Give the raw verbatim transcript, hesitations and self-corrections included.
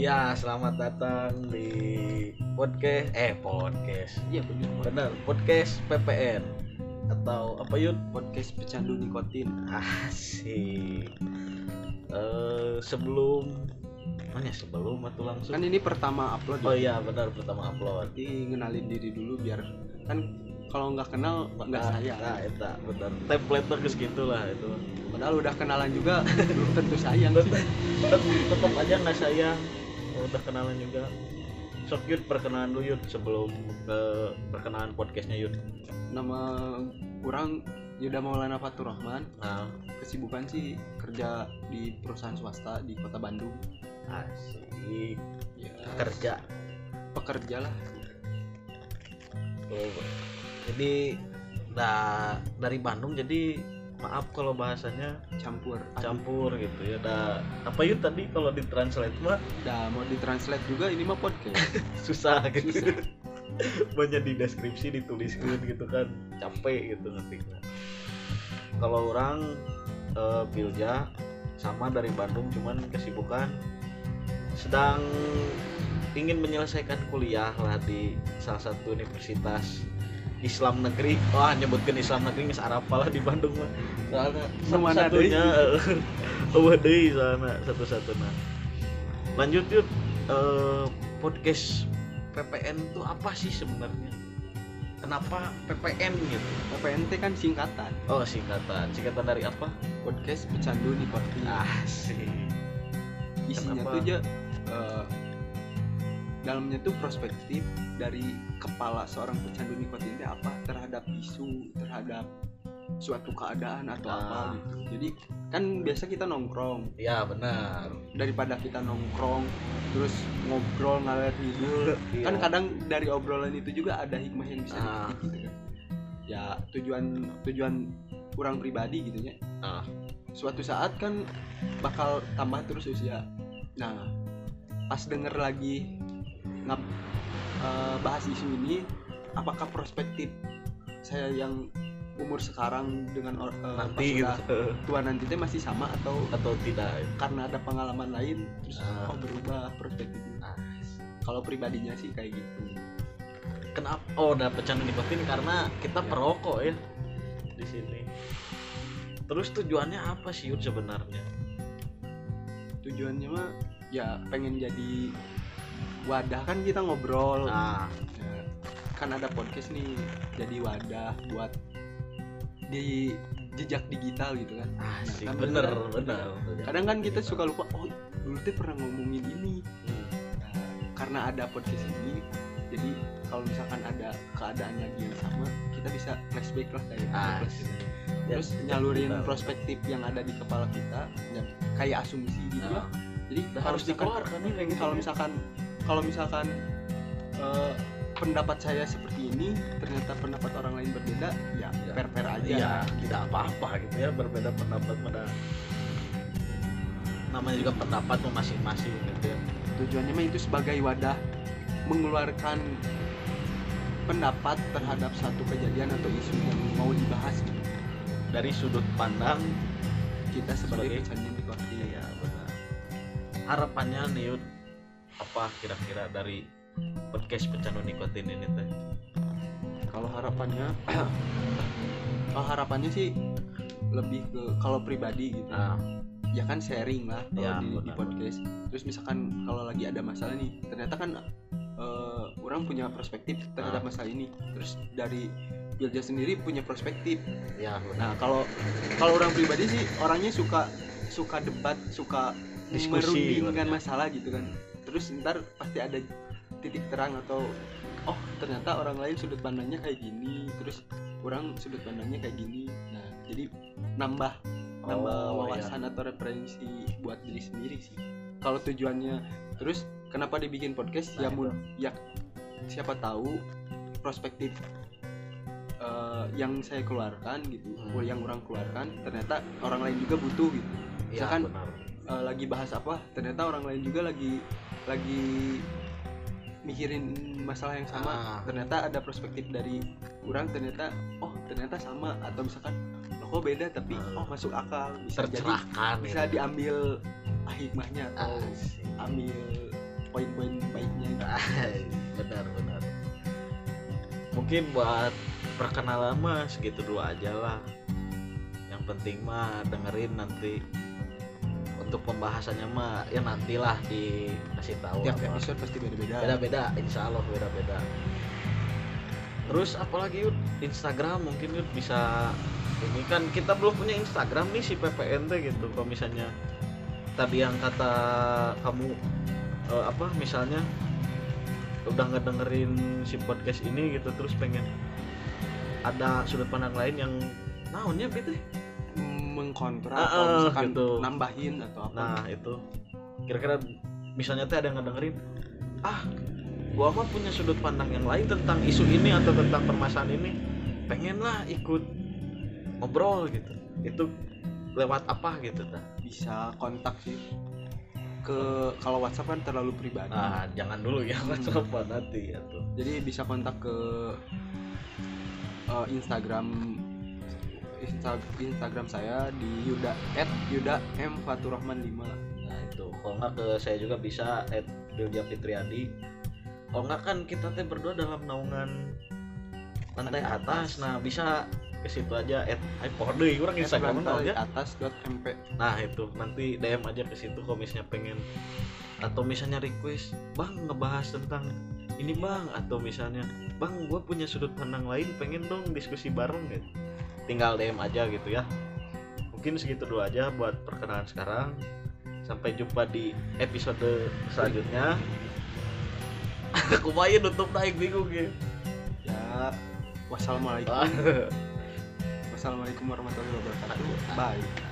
Ya, selamat datang di podcast eh podcast. Iya benar. Benar, podcast P P N atau apa yud? Podcast pecandu nikotin. Asik. Eh sebelum mana sebelum atau langsung? Kan ini pertama upload. Oh ya? iya, benar pertama upload. Berarti ngenalin diri dulu biar kan kalau nggak kenal nggak Nah, sayang. Nah, itu benar. Template terus gitulah itu. Padahal udah kenalan juga belum tentu sayang sih. Tetap, tetap aja nggak sayang. Udah kenalan juga. Sok Yud, perkenalan dulu Yud sebelum ke perkenalan podcastnya Yud. Nama orang Yuda Maulana Fatur Rahman. Nah, Kesibukan sih kerja di perusahaan swasta di Kota Bandung. asik. Ya, Kerja. pekerja lah. Oh, jadi nah, dari Bandung, jadi maaf kalau bahasanya Campur. campur gitu ya. Da, apa yuk tadi kalau ditranslate mah Dah mau ditranslate juga ini mah podcast. susah gitu. Susah. Banyak di deskripsi dituliskan gitu kan, capek gitu ngetiknya. Kalau orang eh, Pilja sama dari Bandung, cuman kesibukan sedang ingin menyelesaikan kuliah lah di salah satu universitas Islam negeri. Wah, nyebutkan Islam negeri nges Arab lah di Bandung mah. Soalnya satu-satunya eueuh deui soalnya satu-satunya. Lanjut yuk, eh, podcast P P N itu apa sih sebenarnya? Kenapa P P N gitu? P P N T kan singkatan. Oh, singkatan. Singkatan dari apa? Podcast pecandu nikotin. Asik. Isinya Kenapa? tuh aja uh, dalamnya tuh perspektif dari kepala seorang pecandu nikotin itu apa terhadap isu, terhadap suatu keadaan atau Nah. apa gitu. Jadi kan biasa kita nongkrong, Ya, benar. daripada kita nongkrong terus ngobrol ngalir ngidul. Iya. Kan kadang dari obrolan itu juga ada hikmah yang bisa Ah. dipetik gitu kan. Ya tujuan tujuan kurang pribadi gitu ya. Ah. Suatu saat kan bakal tambah terus usia. Nah, pas denger lagi ngap uh, bahas isu ini, apakah perspektif saya yang umur sekarang dengan or- uh, Nanti pas gitu. udah tua nanti teh masih sama atau Atau tidak? karena ada pengalaman lain terus Ah. oh berubah perspektifnya. Nah, Kalau pribadinya sih kayak gitu. kenapa? Oh, udah pecandu nikotin karena kita Ya. perokok ya di sini. Terus tujuannya apa sih Yud sebenarnya? Tujuannya mah ya pengen jadi wadah, kan kita ngobrol. Nah, Ya, kan ada podcast nih jadi wadah buat di jejak digital gitu kan. asik. kan bener, bener. bener. Kadang kan kita suka lupa, oh dulu tuh pernah ngomongin ini. Hmm. Nah, karena ada podcast ini, jadi kalau misalkan ada keadaan lagi yang sama, kita bisa flashback lah kayak Ah, flashback. Ya, Terus nyalurin kita- perspektif yang ada di kepala kita, ya, kayak asumsi gitu Nah, lah. Jadi udah kalau harus misalkan- dikeluarkan nih kayak gitu. kalau misalkan kalau misalkan eh, pendapat saya seperti ini, ternyata pendapat orang lain berbeda, ya Ya. fair-fair aja. ya tidak apa-apa gitu ya, berbeda pendapat pada namanya juga pendapat masing-masing gitu ya. Tujuannya mah itu sebagai wadah mengeluarkan pendapat terhadap satu kejadian atau isu yang mau dibahas gitu. Dari sudut pandang Kita sebagai Sebagai- pecandu nikotin. ya benar. Harapannya nih Yud, apa kira-kira dari podcast pecandu nikotin ini teh? Kalau harapannya kalau harapannya sih lebih ke kalau pribadi gitu. Nah, Ya kan sharing lah kalau Ya, di, di benar. podcast. Terus misalkan kalau lagi ada masalah nih, ternyata kan eh, orang punya perspektif terhadap Ah. masalah ini. Terus dari Pilja sendiri punya perspektif. ya benar. Nah kalau kalau orang pribadi sih orangnya suka suka debat, suka Diskusi, merundingkan benar. masalah gitu kan. Terus ntar pasti ada titik terang atau oh ternyata orang lain sudut pandangnya kayak gini, terus orang sudut pandangnya kayak gini. Nah jadi nambah nambah Oh, wawasan atau referensi buat diri sendiri sih. Kalau tujuannya terus kenapa dibikin podcast Nah, ya itu. mun ya siapa tahu perspektif eh, yang saya keluarkan gitu, Hmm. yang orang keluarkan ternyata orang lain juga butuh gitu. Ya, Misalkan benar. eh, lagi bahas apa, ternyata orang lain juga lagi lagi mikirin masalah yang sama. Ah. Ternyata ada perspektif dari orang, ternyata oh ternyata sama, atau misalkan loh kok beda tapi Ah. oh masuk akal, bisa jadi Tercerahkan bisa gitu. diambil hikmahnya atau Asik. ambil poin-poin baiknya gitu. benar benar mungkin buat perkenalan mah segitu dulu aja lah, yang penting mah dengerin nanti. Untuk pembahasannya mah ya nantilah dikasih tahu. Tiap apa. episode pasti beda-beda. Beda-beda, insya Allah beda-beda. Terus apalagi Yud, Instagram mungkin Yud bisa. Ini kan kita belum punya Instagram nih si P P N T gitu. Kalau misalnya tadi yang kata kamu eh, apa misalnya udah ngedengerin si podcast ini gitu, terus pengen ada sudut pandang lain yang naonnya gitu mengkontra ah, atau misalkan gitu. nambahin atau apa. Nah itu kira-kira misalnya teh ada yang ngedengerin, ah gua mah punya sudut pandang yang lain tentang isu ini atau tentang permasalahan ini, pengen lah ikut ngobrol gitu, itu lewat apa gitu ta? Bisa kontak sih ke, kalau WhatsApp kan terlalu pribadi. Ah jangan dulu ya WhatsApp nanti ya tuh. Jadi bisa kontak ke uh, Instagram Insta, Instagram saya di yuda at yuda m faturrahman lima. Nah itu kalau nggak ke saya juga bisa at Bilja Fitriadi. Kalau nggak kan kita teh berdua dalam naungan lantai atas, nah bisa ke situ aja at iPode kurang Instagram aja atas dot mp. Nah itu nanti D M aja ke situ kalau misalnya pengen, atau misalnya request bang ngebahas tentang ini bang, atau misalnya bang gue punya sudut pandang lain pengen dong diskusi bareng gitu, tinggal D M aja gitu ya. Mungkin segitu dulu aja buat perkenalan sekarang. Sampai jumpa di episode selanjutnya. Kumaha nutup naik bingung ya. Ya, wassalamualaikum. Wassalamualaikum warahmatullahi wabarakatuh. Bye.